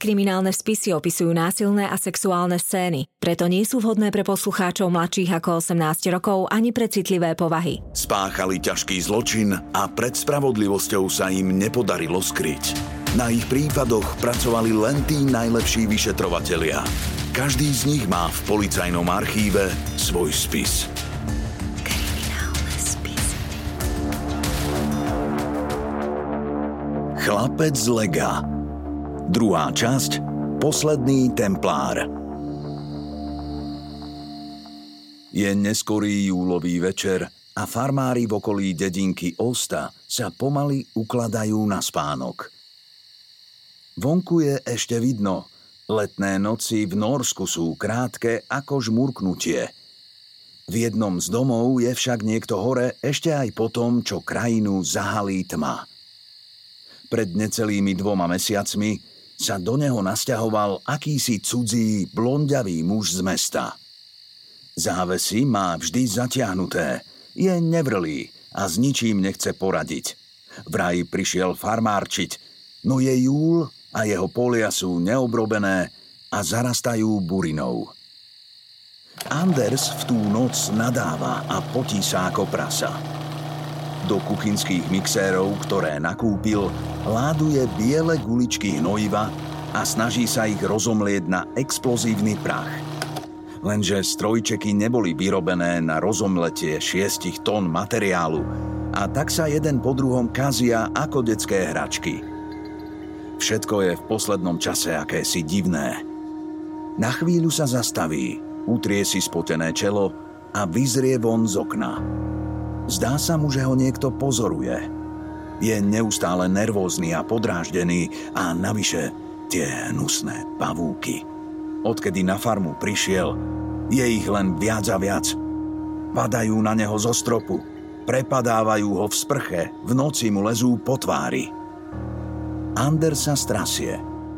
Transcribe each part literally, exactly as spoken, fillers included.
Kriminálne spisy opisujú násilné a sexuálne scény, preto nie sú vhodné pre poslucháčov mladších ako osemnásť rokov ani pre citlivé povahy. Spáchali ťažký zločin a pred spravodlivosťou sa im nepodarilo skryť. Na ich prípadoch pracovali len tí najlepší vyšetrovatelia. Každý z nich má v policajnom archíve svoj spis. Kriminálne spisy. Chlapec z Lega. Druhá časť. Posledný templár. Je neskorý júlový večer a farmári v okolí dedinky Osta sa pomaly ukladajú na spánok. Vonku je ešte vidno. Letné noci v Nórsku sú krátke ako žmurknutie. V jednom z domov je však niekto hore ešte aj po tom, čo krajinu zahalí tma. Pred necelými dvoma mesiacmi sa do neho nasťahoval akýsi cudzí, blonďavý muž z mesta. Závesy má vždy zatiahnuté, je nevrlý a s ničím nechce poradiť. Vraj prišiel farmárčiť, no je júl a jeho polia sú neobrobené a zarastajú burinou. Anders v tú noc nadáva a potí sa ako prasa. Do kuchynských mixérov, ktoré nakúpil, láduje biele guličky hnojiva a snaží sa ich rozomlieť na explozívny prach. Lenže strojčeky neboli vyrobené na rozomletie šiestich tón materiálu a tak sa jeden po druhom kazia ako detské hračky. Všetko je v poslednom čase akési divné. Na chvíľu sa zastaví, utrie si spotené čelo a vyzrie von z okna. Zdá sa mu, že ho niekto pozoruje. Je neustále nervózny a podráždený a navyše tie hnusné pavúky. Odkedy na farmu prišiel, je ich len viac a viac. Padajú na neho zo stropu, prepadávajú ho v sprche, v noci mu lezú po tvári. Anders sa strasie.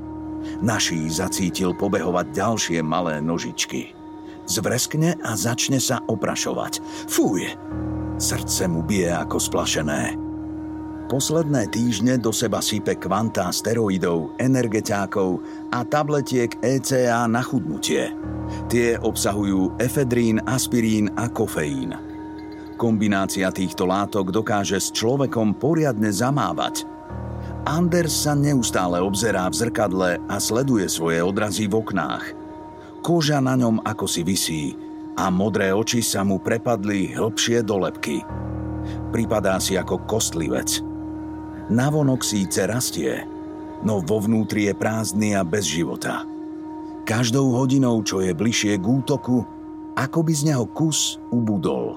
Na šíji zacítil pobehovať ďalšie malé nožičky. Zvreskne a začne sa oprašovať. Fuj! Srdce mu bije ako splašené. Posledné týždne do seba sype kvantá steroidov, energetiákov a tabletiek é cé á na chudnutie. Tie obsahujú efedrín, aspirín a kofeín. Kombinácia týchto látok dokáže s človekom poriadne zamávať. Anders sa neustále obzerá v zrkadle a sleduje svoje odrazy v oknách. Koža na ňom ako si visí a modré oči sa mu prepadli hlbšie do lebky. Pripadá si ako kostlivec. Navonok síce rastie, no vo vnútri je prázdny a bez života. Každou hodinou, čo je bližšie k útoku, ako by z neho kus ubudol.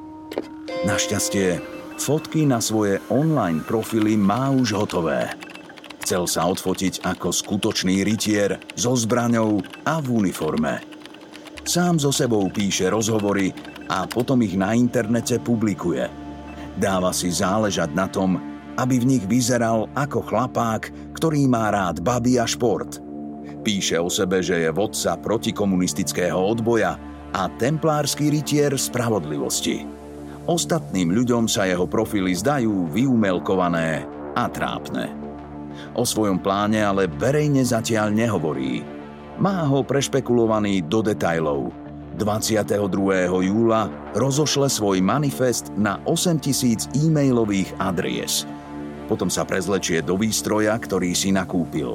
Našťastie, fotky na svoje online profily má už hotové. Chcel sa odfotiť ako skutočný rytier so zbraňou a v uniforme. Sám so sebou píše rozhovory a potom ich na internete publikuje. Dáva si záležať na tom, aby v nich vyzeral ako chlapák, ktorý má rád baby a šport. Píše o sebe, že je vodca protikomunistického odboja a templársky rytier spravodlivosti. Ostatným ľuďom sa jeho profily zdajú vyumelkované a trápne. O svojom pláne ale verejne zatiaľ nehovorí. Má ho prešpekulovaný do detailov. dvadsiateho druhého júla rozošle svoj manifest na osemtisíc e-mailových adries. Potom sa prezlečie do výstroja, ktorý si nakúpil.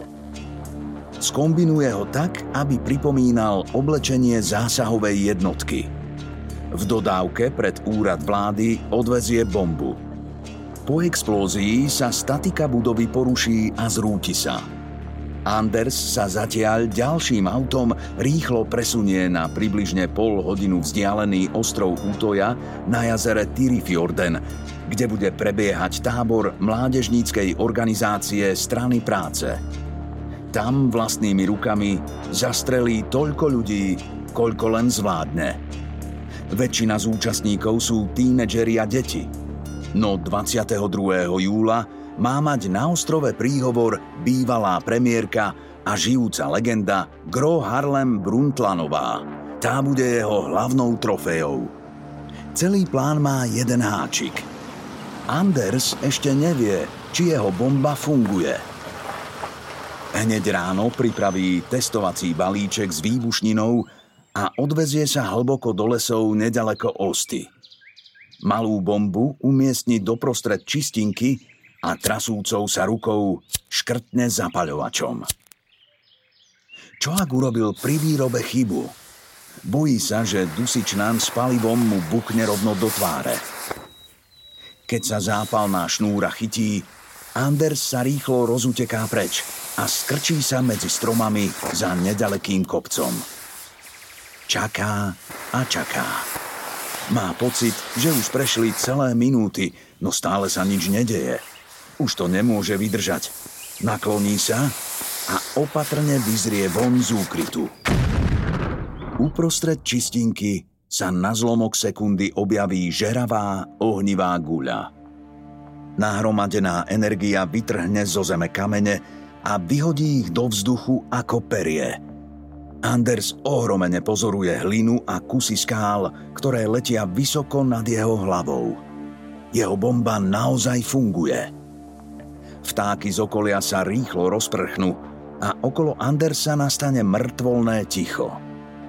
Skombinuje ho tak, aby pripomínal oblečenie zásahovej jednotky. V dodávke pred úrad vlády odvezie bombu. Po explózii sa statika budovy poruší a zrúti sa. Anders sa zatiaľ ďalším autom rýchlo presunie na približne pol hodinu vzdialený ostrov Útoja na jazere Tyrifjorden, kde bude prebiehať tábor mládežníckej organizácie Strany práce. Tam vlastnými rukami zastrelí toľko ľudí, koľko len zvládne. Väčšina z účastníkov sú tínedžeri a deti. No dvadsiateho druhého júla má mať na ostrove príhovor bývalá premiérka a žijúca legenda Gro Harlem Brundtlanová. Tá bude jeho hlavnou trofejou. Celý plán má jeden háčik. Anders ešte nevie, či jeho bomba funguje. Hneď ráno pripraví testovací balíček s výbušninou a odvezie sa hlboko do lesov nedaleko Osty. Malú bombu umiestni doprostred čistinky a trasúcou sa rukou škrtne zapaľovačom. Čo ak urobil pri výrobe chybu? Bojí sa, že dusičnan s palivom mu bukne rovno do tváre. Keď sa zápalná šnúra chytí, Anders sa rýchlo rozuteká preč a skrčí sa medzi stromami za nedalekým kopcom. Čaká a čaká. Má pocit, že už prešli celé minúty, no stále sa nič nedeje. Už to nemôže vydržať. Nakloní sa a opatrne vyzrie von z úkrytu. Uprostred čistinky sa na zlomok sekundy objaví žeravá, ohnivá guľa. Nahromadená energia vytrhne zo zeme kamene a vyhodí ich do vzduchu ako perie. Anders ohromene pozoruje hlinu a kusy skál, ktoré letia vysoko nad jeho hlavou. Jeho bomba naozaj funguje. Vtáky z okolia sa rýchlo rozprchnú a okolo Andersa nastane mŕtvolné ticho.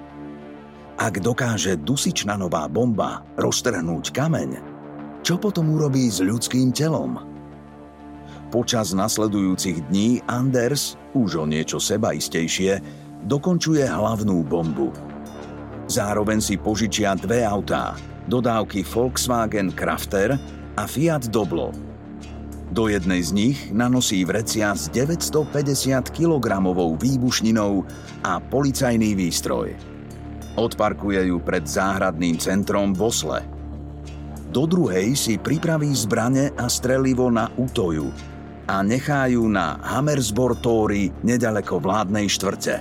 Ak dokáže dusičnanová bomba roztrhnúť kameň, čo potom urobí s ľudským telom? Počas nasledujúcich dní Anders, už o niečo sebaistejšie, dokončuje hlavnú bombu. Zároveň si požičia dve autá, dodávky Volkswagen Crafter a Fiat Doblo. Do jednej z nich nanosí vrecia s deväťstopäťdesiat kilogramovou výbušninou a policajný výstroj. Odparkuje ju pred záhradným centrom v Osle. Do druhej si pripraví zbrane a strelivo na Utoju a nechá ju na Hammersbortóri nedaleko vládnej štvrte.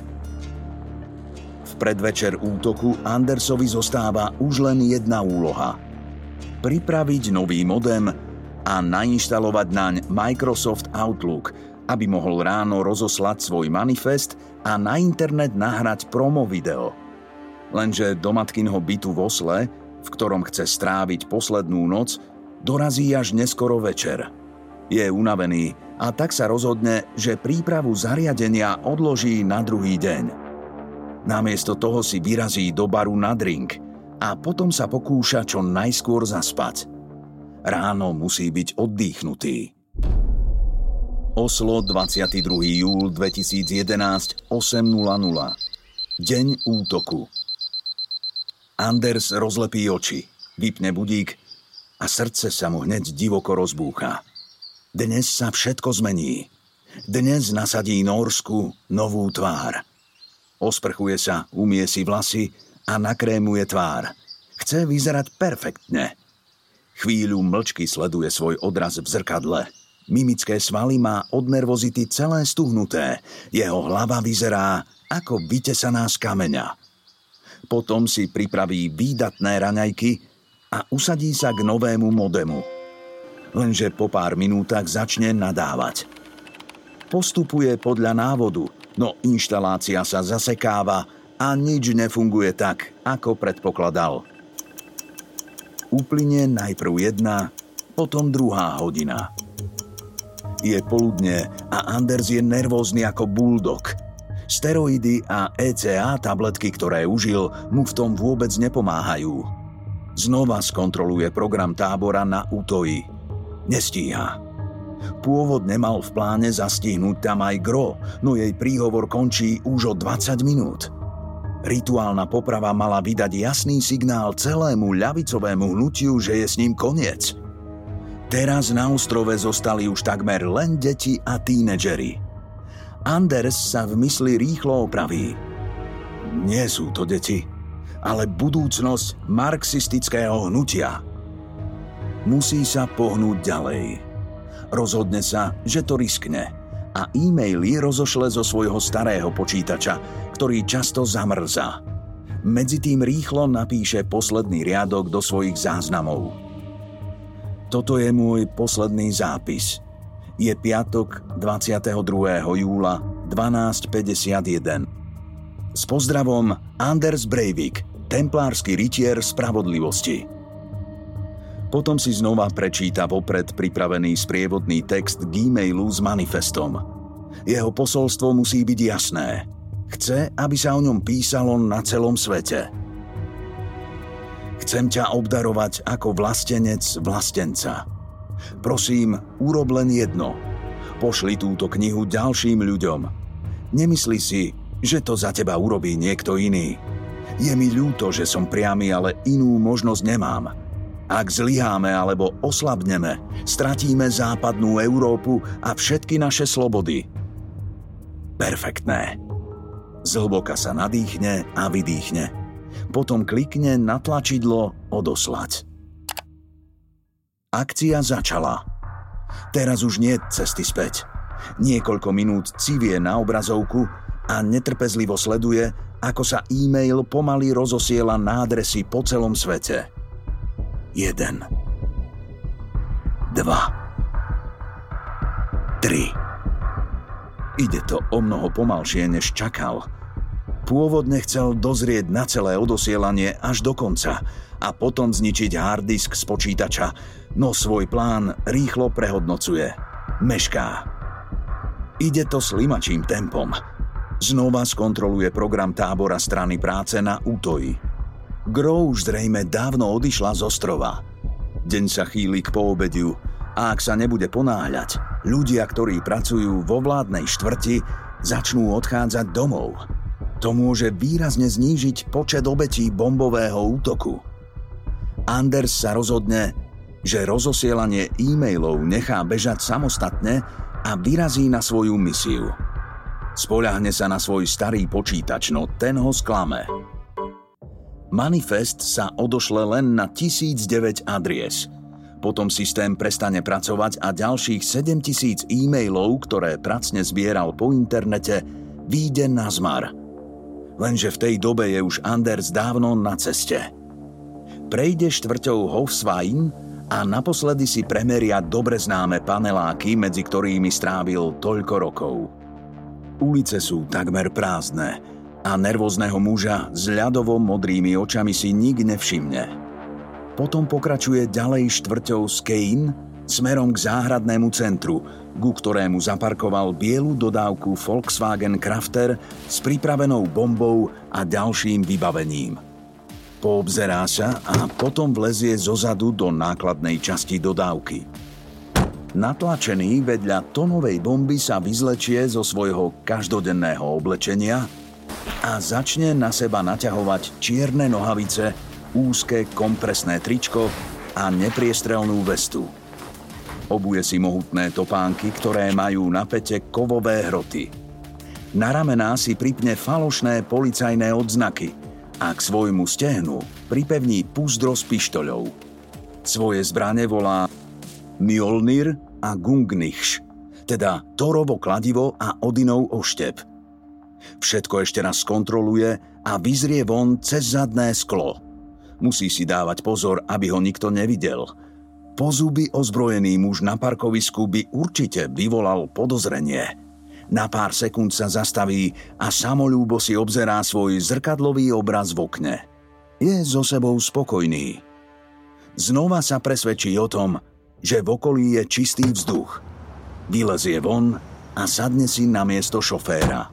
V predvečer útoku Andersovi zostáva už len jedna úloha. Pripraviť nový modem a nainštalovať naň Microsoft Outlook, aby mohol ráno rozoslať svoj manifest a na internet nahrať promo video. Lenže do matkinho bytu v Osle, v ktorom chce stráviť poslednú noc, dorazí až neskoro večer. Je unavený a tak sa rozhodne, že prípravu zariadenia odloží na druhý deň. Namiesto toho si vyrazí do baru na drink a potom sa pokúša čo najskôr zaspať. Ráno musí byť oddychnutý. Oslo, dvadsiateho druhého júla dvetisícjedenásť, osem nula nula. Deň útoku. Anders rozlepí oči, vypne budík a srdce sa mu hneď divoko rozbúcha. Dnes sa všetko zmení. Dnes nasadí Nórsku novú tvár. Osprchuje sa, umie si vlasy a nakrémuje tvár. Chce vyzerať perfektne. Chvíľu mlčky sleduje svoj odraz v zrkadle. Mimické svaly má od nervozity celé stuhnuté. Jeho hlava vyzerá ako vytesaná z kameňa. Potom si pripraví výdatné raňajky a usadí sa k novému modemu. Lenže po pár minútach začne nadávať. Postupuje podľa návodu, no inštalácia sa zasekáva a nič nefunguje tak, ako predpokladal. Uplynie najprv jedna, potom druhá hodina. Je poludne a Anders je nervózny ako buldog. Steroidy a é cé á tabletky, ktoré užil, mu v tom vôbec nepomáhajú. Znova skontroluje program tábora na Utoji. Nestíha. Pôvodne mal v pláne zastihnúť tam aj Gro, no jej príhovor končí už o dvadsať minút. Rituálna poprava mala vydať jasný signál celému ľavicovému hnutiu, že je s ním koniec. Teraz na ostrove zostali už takmer len deti a tínedžeri. Anders sa v mysli rýchlo opraví. Nie sú to deti, ale budúcnosť marxistického hnutia. Musí sa pohnúť ďalej. Rozhodne sa, že to riskne a e-maily rozošle zo svojho starého počítača, ktorý často zamrzá. Medzitým rýchlo napíše posledný riadok do svojich záznamov. Toto je môj posledný zápis. Je piatok dvadsiateho druhého júla dvanásť päťdesiatjeden. S pozdravom Anders Breivik, templársky rytier spravodlivosti. Potom si znova prečíta vopred pripravený sprievodný text k e-mailu s manifestom. Jeho posolstvo musí byť jasné. Chce, aby sa o ňom písalo na celom svete. Chcem ťa obdarovať ako vlastenec vlastenca. Prosím, urob len jedno. Pošli túto knihu ďalším ľuďom. Nemyslí si, že to za teba urobí niekto iný. Je mi ľúto, že som priamy, ale inú možnosť nemám. Ak zlyháme alebo oslabneme, stratíme západnú Európu a všetky naše slobody. Perfektné. Zhlboka sa nadýchne a vydýchne. Potom klikne na tlačidlo odoslať. Akcia začala. Teraz už nie cesty späť. Niekoľko minút civie na obrazovku a netrpezlivo sleduje, ako sa e-mail pomaly rozosiela na adresy po celom svete. Jeden. Dva. Tri. Ide to o mnoho pomalšie, než čakal. Pôvodne chcel dozrieť na celé odosielanie až do konca a potom zničiť harddisk z počítača, no svoj plán rýchlo prehodnocuje. Mešká. Ide to slimačím tempom. Znova skontroluje program tábora strany práce na Útoji. Gro už zrejme dávno odišla z ostrova. Deň sa chýli k poobediu a ak sa nebude ponáhľať, ľudia, ktorí pracujú vo vládnej štvrti, začnú odchádzať domov. To môže výrazne znížiť počet obetí bombového útoku. Anders sa rozhodne, že rozosielanie e-mailov nechá bežať samostatne a vyrazí na svoju misiu. Spoľahne sa na svoj starý počítač, no ten ho sklame. Manifest sa odošle len na tisíc deväť adries. Potom systém prestane pracovať a ďalších sedemtisíc e-mailov, ktoré pracne zbieral po internete, výjde na zmar. Lenže v tej dobe je už Anders dávno na ceste. Prejde štvrťou Hofsvein a naposledy si premeria dobre známe paneláky, medzi ktorými strávil toľko rokov. Ulice sú takmer prázdne a nervózneho muža s ľadovo-modrými očami si nik nevšimne. Potom pokračuje ďalej štvrťou Skein smerom k záhradnému centru, ku ktorému zaparkoval bielu dodávku Volkswagen Crafter s pripravenou bombou a ďalším vybavením. Poobzerá sa a potom vlezie zozadu do nákladnej časti dodávky. Natlačený vedľa tonovej bomby sa vyzlečie zo svojho každodenného oblečenia a začne na seba naťahovať čierne nohavice, úzke kompresné tričko a nepriestrelnú vestu. Obuje si mohutné topánky, ktoré majú na pete kovové hroty. Na ramená si pripne falošné policajné odznaky a k svojmu stehnu pripevní púzdro s pištoľou. Svoje zbrane volá Mjolnir a Gungnich, teda Thorovo kladivo a Odinov oštep. Všetko ešte raz skontroluje a vyzrie von cez zadné sklo. Musí si dávať pozor, aby ho nikto nevidel. Po zuby ozbrojený muž na parkovisku by určite vyvolal podozrenie. Na pár sekúnd sa zastaví a samoľúbo si obzerá svoj zrkadlový obraz v okne. Je so sebou spokojný. Znova sa presvedčí o tom, že v okolí je čistý vzduch. Vylezie von a sadne si na miesto šoféra.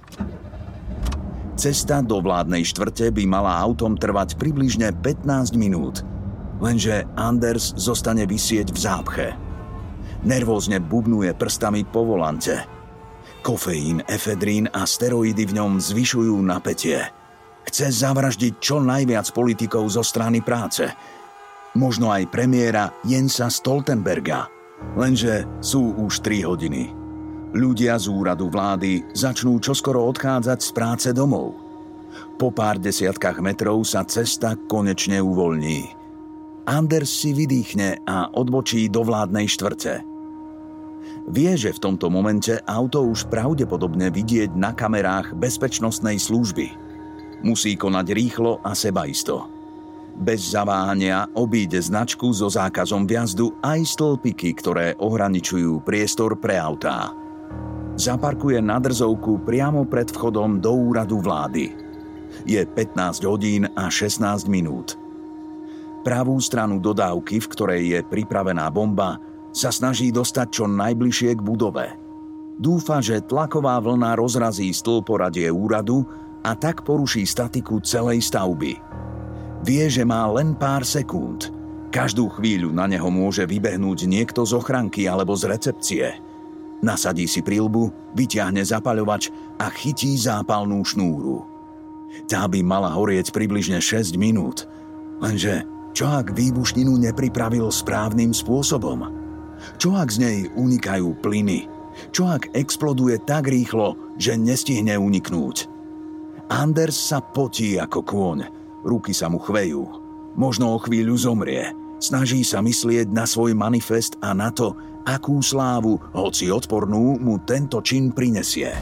Cesta do vládnej štvrte by mala autom trvať približne pätnásť minút. Lenže Anders zostane visieť v zápche. Nervózne bubnuje prstami po volante. Kofeín, efedrín a steroidy v ňom zvyšujú napätie. Chce zavraždiť čo najviac politikov zo strany práce. Možno aj premiéra Jensa Stoltenberga. Lenže sú už tri hodiny. Ľudia z úradu vlády začnú čoskoro odchádzať z práce domov. Po pár desiatkách metrov sa cesta konečne uvoľní. Anders si vydýchne a odbočí do vládnej štvrte. Vie, že v tomto momente auto už pravdepodobne vidieť na kamerách bezpečnostnej služby. Musí konať rýchlo a sebaisto. Bez zaváhania obíde značku so zákazom vjazdu aj stĺpiky, ktoré ohraničujú priestor pre autá. Zaparkuje na drzovku priamo pred vchodom do úradu vlády. Je pätnásť hodín a šestnásť minút. Pravú stranu dodávky, v ktorej je pripravená bomba, sa snaží dostať čo najbližšie k budove. Dúfa, že tlaková vlna rozrazí stĺporadie úradu a tak poruší statiku celej stavby. Vie, že má len pár sekúnd. Každú chvíľu na neho môže vybehnúť niekto z ochranky alebo z recepcie. Nasadí si prilbu, vyťahne zapaľovač a chytí zápalnú šnúru. Tá by mala horieť približne šesť minút. Lenže čo ak výbušninu nepripravil správnym spôsobom? Čo ak z nej unikajú plyny? Čo ak exploduje tak rýchlo, že nestihne uniknúť? Anders sa potí ako kôň. Ruky sa mu chvejú. Možno o chvíľu zomrie. Snaží sa myslieť na svoj manifest a na to, akú slávu, hoci odpornú, mu tento čin prinesie.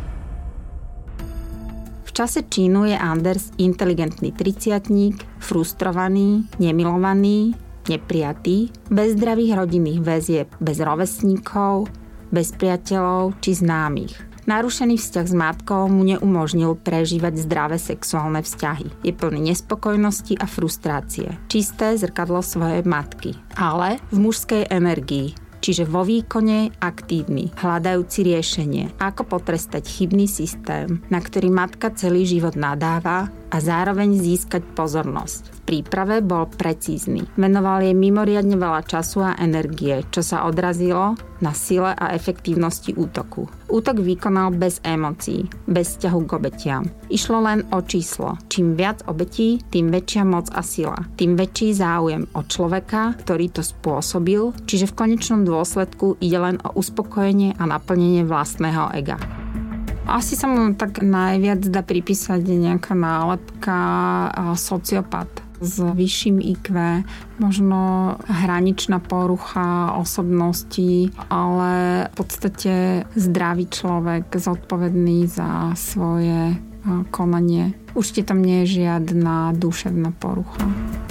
V čase činu je Anders inteligentný triciatnik, frustrovaný, nemilovaný, neprijatý, bez zdravých rodinných väzieb, bez rovesníkov, bez priateľov či známych. Narušený vzťah s matkou mu neumožnil prežívať zdravé sexuálne vzťahy. Je plný nespokojnosti a frustrácie. Čisté zrkadlo svojej matky, ale v mužskej energii, čiže vo výkone aktívny, hľadajúci riešenie, ako potrestať chybný systém, na ktorý matka celý život nadáva a zároveň získať pozornosť. V príprave bol precízny. Venoval jej mimoriadne veľa času a energie, čo sa odrazilo na sile a efektívnosti útoku. Útok vykonal bez emócií, bez vzťahu k obetiam. Išlo len o číslo. Čím viac obetí, tým väčšia moc a sila. Tým väčší záujem o človeka, ktorý to spôsobil, čiže v konečnom dôsledku ide len o uspokojenie a naplnenie vlastného ega. Asi sa mu tak najviac dá pripísať nejaká nálepka sociopat s vyšším í kvé, možno hraničná porucha osobnosti, ale v podstate zdravý človek, zodpovedný za svoje konanie. Určite tam nie je žiadna duševná porucha.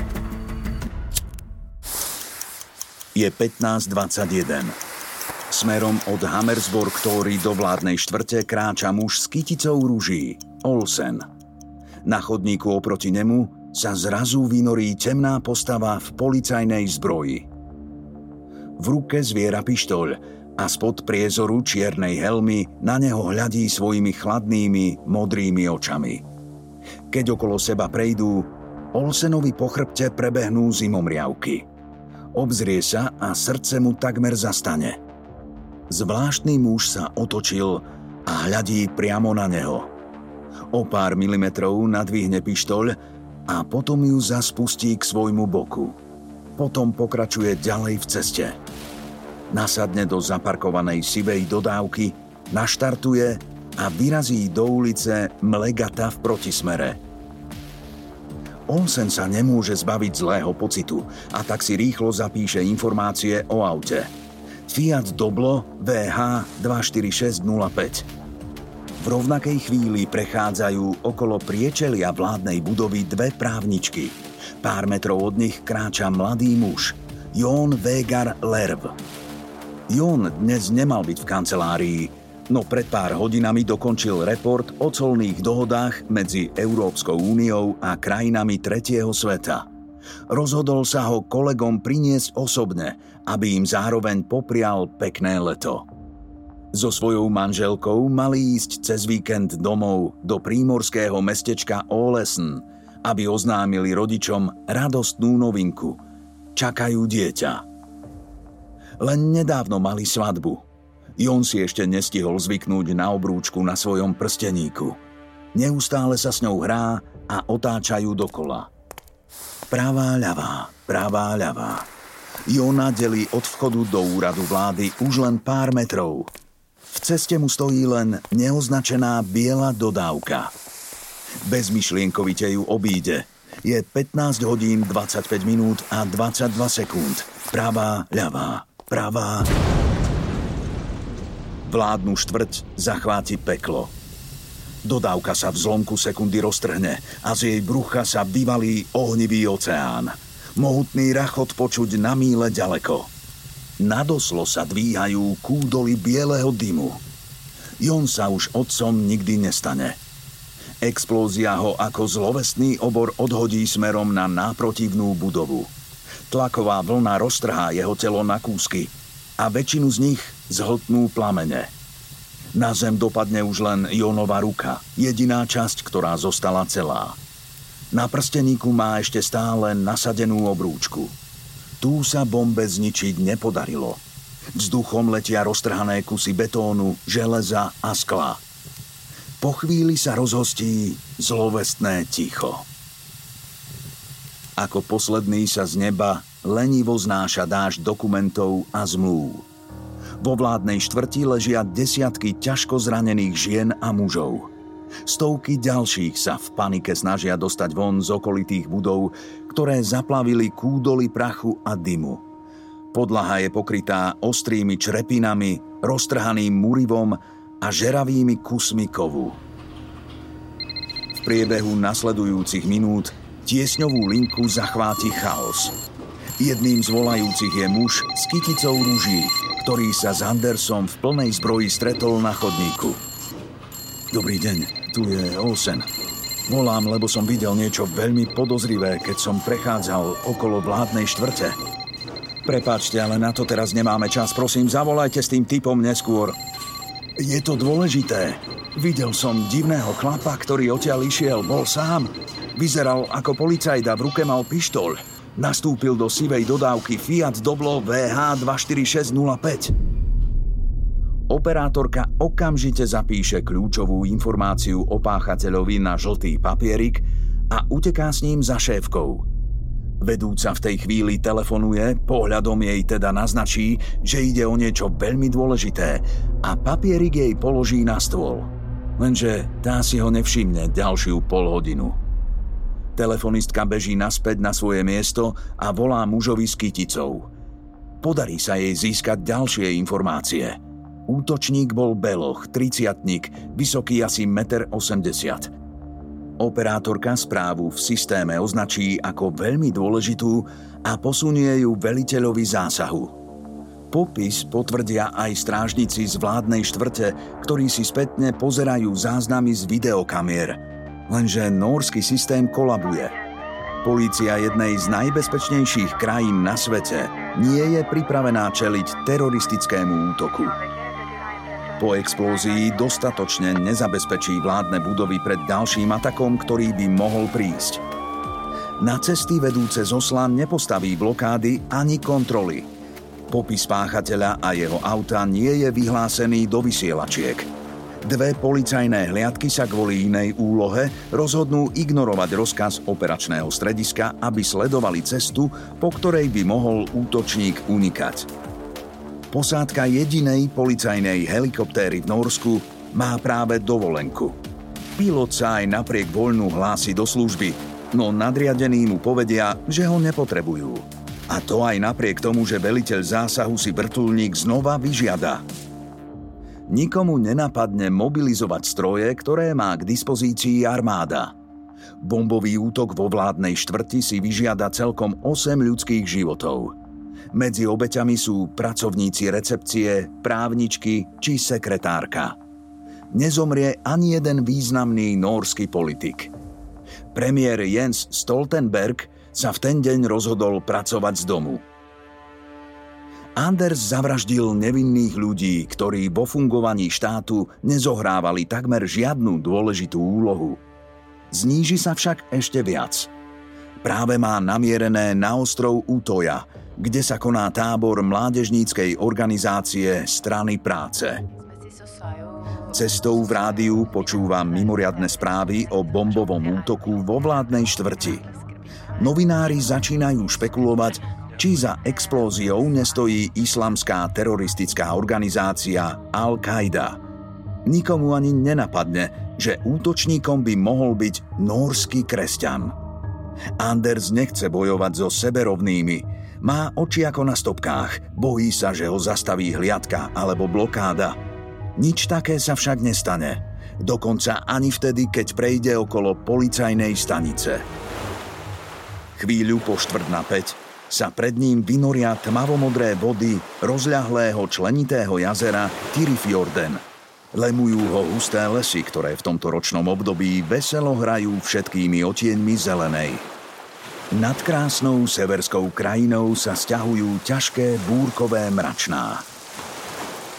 Je pätnásť dvadsaťjeden. Smerom od Hammersborg-Tóry do vládnej štvrte kráča muž s kyticou ruží, Olsen. Na chodníku oproti nemu sa zrazu vynorí temná postava v policajnej zbroji. V ruke zviera pištoľ a spod priezoru čiernej helmy na neho hľadí svojimi chladnými, modrými očami. Keď okolo seba prejdú, Olsenovi po chrbte prebehnú zimomriavky. Obzrie sa a srdce mu takmer zastane. Zvláštny muž sa otočil a hľadí priamo na neho. O pár milimetrov nadvihne pištoľ a potom ju zaspustí k svojmu boku. Potom pokračuje ďalej v ceste. Nasadne do zaparkovanej sivej dodávky, naštartuje a vyrazí do ulice Mlegata v protismere. Olsen sa nemôže zbaviť zlého pocitu a tak si rýchlo zapíše informácie o aute. Fiat Doblo vé há dva štyri šesť nula päť. V rovnakej chvíli prechádzajú okolo priečelia vládnej budovy dve právničky. Pár metrov od nich kráča mladý muž, Jon Vegar Lerv. Jon dnes nemal byť v kancelárii, no pred pár hodinami dokončil report o colných dohodách medzi Európskou úniou a krajinami tretieho sveta. Rozhodol sa ho kolegom priniesť osobne, aby im zároveň poprial pekné leto. So svojou manželkou mali ísť cez víkend domov do prímorského mestečka Ålesund, aby oznámili rodičom radostnú novinku. Čakajú dieťa. Len nedávno mali svadbu. Jon si ešte nestihol zvyknúť na obrúčku na svojom prsteníku. Neustále sa s ňou hrá a otáčajú dokola. Pravá ľavá, pravá ľavá. Jona delí od vchodu do úradu vlády už len pár metrov. V ceste mu stojí len neoznačená biela dodávka. Bezmyšlienkovite ju obíde. Je pätnásť hodín dvadsaťpäť minút a dvadsaťdva sekúnd. Pravá, ľavá, pravá. Vládnu štvrť zachváti peklo. Dodávka sa v zlomku sekundy roztrhne a z jej brucha sa vyvalí ohnivý oceán. Mohutný rachot počuť na míle ďaleko. Nadoslo sa dvíhajú kúdoly bieleho dymu. Jon sa už otcom nikdy nestane. Explózia ho ako zlovestný obor odhodí smerom na náprotivnú budovu. Tlaková vlna roztrhá jeho telo na kúsky a väčšinu z nich zhltnú plamene. Na zem dopadne už len Jonova ruka, jediná časť, ktorá zostala celá. Na prsteníku má ešte stále nasadenú obrúčku. Tú sa bombe zničiť nepodarilo. Vzduchom letia roztrhané kusy betónu, železa a skla. Po chvíli sa rozhostí zlovestné ticho. Ako posledný sa z neba lenivo znáša dážď dokumentov a zmlúv. Vo vládnej štvrti ležia desiatky ťažko zranených žien a mužov. Stovky ďalších sa v panike snažia dostať von z okolitých budov, ktoré zaplavili kúdoly prachu a dymu. Podlaha je pokrytá ostrými črepinami, roztrhaným murivom a žeravými kusmi kovu. V priebehu nasledujúcich minút tiesňovú linku zachváti chaos. Jedným z volajúcich je muž s kyticou ruží, ktorý sa s Andersom v plnej zbroji stretol na chodníku. Dobrý deň, tu je Olsen. Volám, lebo som videl niečo veľmi podozrivé, keď som prechádzal okolo vládnej štvrte. Prepáčte, ale na to teraz nemáme čas. Prosím, zavolajte s tým typom neskôr. Je to dôležité. Videl som divného chlapa, ktorý odtiaľ išiel, bol sám. Vyzeral ako policajt a v ruke mal pištoľ. Nastúpil do sivej dodávky Fiat Doblo vé há dva štyri šesť nula päť. Operátorka okamžite zapíše kľúčovú informáciu o páchateľovi na žltý papierik a uteká s ním za šéfkou. Vedúca v tej chvíli telefonuje, pohľadom jej teda naznačí, že ide o niečo veľmi dôležité a papierik jej položí na stôl. Lenže tá si ho nevšimne ďalšiu polhodinu. Telefonistka beží naspäť na svoje miesto a volá mužovi s kyticou. Podarí sa jej získať ďalšie informácie. Útočník bol beloch, tridsiatnik, vysoký asi jeden osemdesiat metra. Operátorka správu v systéme označí ako veľmi dôležitú a posunie ju veliteľovi zásahu. Popis potvrdia aj strážnici z vládnej štvrte, ktorí si spätne pozerajú záznamy z videokamier. Lenže nórsky systém kolabuje. Polícia jednej z najbezpečnejších krajín na svete nie je pripravená čeliť teroristickému útoku. Po explózii dostatočne nezabezpečí vládne budovy pred ďalším atakom, ktorý by mohol prísť. Na cesty vedúce z Osla nepostaví blokády ani kontroly. Popis páchateľa a jeho auta nie je vyhlásený do vysielačiek. Dve policajné hliadky sa kvôli inej úlohe rozhodnú ignorovať rozkaz operačného strediska, aby sledovali cestu, po ktorej by mohol útočník unikať. Posádka jedinej policajnej helikoptéry v Nórsku má práve dovolenku. Pilot sa aj napriek voľnu hlási do služby, no nadriadení mu povedia, že ho nepotrebujú. A to aj napriek tomu, že veliteľ zásahu si vrtuľník znova vyžiada. Nikomu nenapadne mobilizovať stroje, ktoré má k dispozícii armáda. Bombový útok vo vládnej štvrti si vyžiada celkom osem ľudských životov. Medzi obeťami sú pracovníci recepcie, právničky či sekretárka. Nezomrie ani jeden významný nórsky politik. Premiér Jens Stoltenberg sa v ten deň rozhodol pracovať z domu. Anders zavraždil nevinných ľudí, ktorí vo fungovaní štátu nezohrávali takmer žiadnu dôležitú úlohu. Zníži sa však ešte viac. Práve má namierené na ostrov Utoja, kde sa koná tábor mládežníckej organizácie Strany práce. Cestou v rádiu počúvam mimoriadne správy o bombovom útoku vo vládnej štvrti. Novinári začínajú špekulovať, či za explóziou nestojí islamská teroristická organizácia Al-Qaida. Nikomu ani nenapadne, že útočníkom by mohol byť nórsky kresťan. Anders nechce bojovať so seberovnými. Má oči ako na stopkách, bojí sa, že ho zastaví hliadka alebo blokáda. Nič také sa však nestane. Dokonca ani vtedy, keď prejde okolo policajnej stanice. Chvíľu po štvrť na päť sa pred ním vynoria tmavomodré vody rozľahlého členitého jazera Tyrifjorden. Lemujú ho husté lesy, ktoré v tomto ročnom období veselo hrajú všetkými otieňmi zelenej. Nad krásnou severskou krajinou sa sťahujú ťažké búrkové mračná.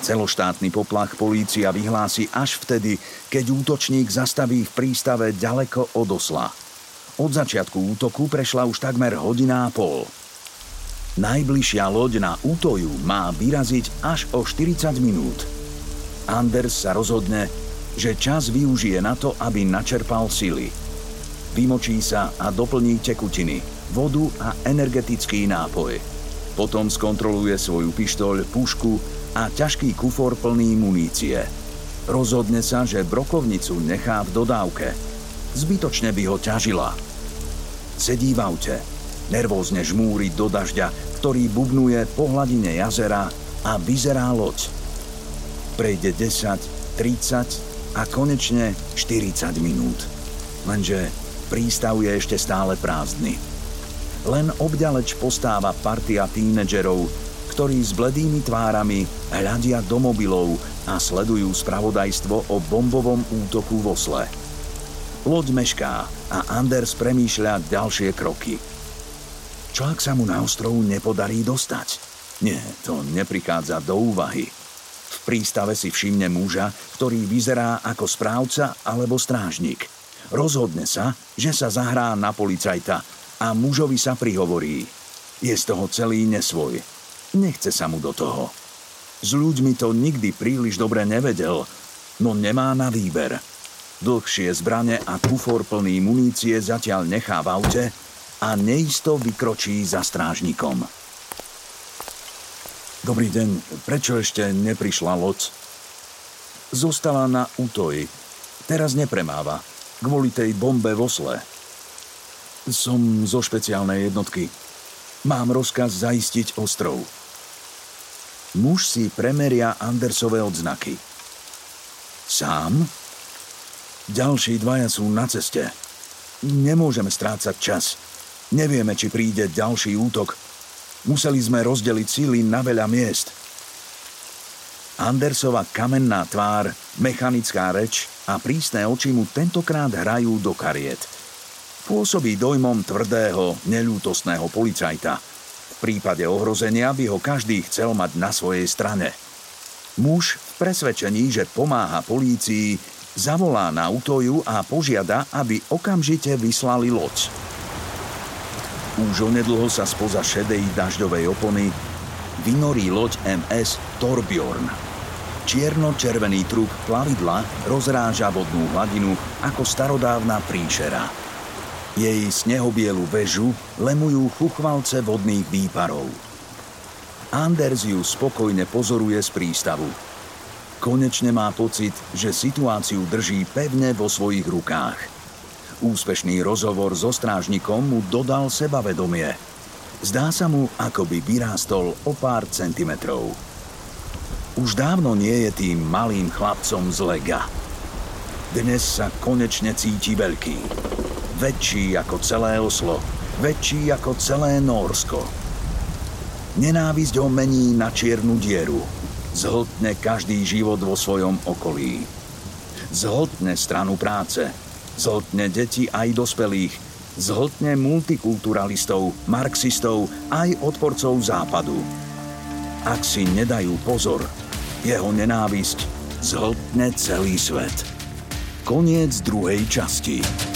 Celoštátny poplach polícia vyhlási až vtedy, keď útočník zastaví v prístave ďaleko od Osla. Od začiatku útoku prešla už takmer hodina a pol. Najbližšia loď na Útoju má vyraziť až o štyridsať minút. Anders sa rozhodne, že čas využije na to, aby načerpal sily. Vymočí sa a doplní tekutiny, vodu a energetický nápoj. Potom skontroluje svoju pištoľ, pušku a ťažký kufor plný munície. Rozhodne sa, že brokovnicu nechá v dodávke. Zbytočne by ho ťažila. Sedí v aute, nervózne žmúri do dažďa, ktorý bubnuje po hladine jazera a vyzerá loď. Prejde desať, tridsať a konečne štyridsať minút. Lenže prístav je ešte stále prázdny. Len obďaleč postáva partia tínedžerov, ktorí s bledými tvárami hľadia do mobilov a sledujú spravodajstvo o bombovom útoku v Osle. Loď mešká a Anders premýšľa ďalšie kroky. Čo ak sa mu na ostrov nepodarí dostať? Nie, to neprichádza do úvahy. V prístave si všimne muža, ktorý vyzerá ako správca alebo strážnik. Rozhodne sa, že sa zahrá na policajta a mužovi sa prihovorí. Je z toho celý nesvoj. Nechce sa mu do toho. S ľuďmi to nikdy príliš dobre nevedel, no nemá na výber. Dlhšie zbrane a kufor plný munície zatiaľ nechá v aute a neisto vykročí za strážnikom. Dobrý deň, prečo ešte neprišla loď? Zostala na Útoji. Teraz nepremáva, kvôli tej bombe v Osle. Som zo špeciálnej jednotky. Mám rozkaz zaistiť ostrov. Muž si premeria Andersové odznaky. Sám? Ďalší dvaja sú na ceste. Nemôžeme strácať čas. Nevieme, či príde ďalší útok. Museli sme rozdeliť síly na veľa miest. Andersova kamenná tvár, mechanická reč a prísne oči mu tentokrát hrajú do kariet. Pôsobí dojmom tvrdého, neľútostného policajta. V prípade ohrozenia by ho každý chcel mať na svojej strane. Muž v presvedčení, že pomáha polícii, zavolá na Útoju a požiada, aby okamžite vyslali loď. Už onedlho sa spoza šedej dažďovej opony vynorí loď em es Torbjorn. Čierno-červený trup plavidla rozráža vodnú hladinu ako starodávna príšera. Jej snehobielu väžu lemujú chuchvalce vodných výparov. Anders ju spokojne pozoruje z prístavu. Konečne má pocit, že situáciu drží pevne vo svojich rukách. Úspešný rozhovor so strážnikom mu dodal sebavedomie. Zdá sa mu, ako by vyrástol o pár centimetrov. Už dávno nie je tým malým chlapcom z lega. Dnes sa konečne cíti veľký. Väčší ako celé Oslo, väčší ako celé Nórsko. Nenávisť ho mení na čiernu dieru. Zhltne každý život vo svojom okolí. Zhltne stranu práce. Zhltne deti aj dospelých. Zhltne multikulturalistov, marxistov aj odporcov západu. Ak si nedajú pozor, jeho nenávisť zhltne celý svet. Koniec druhej časti.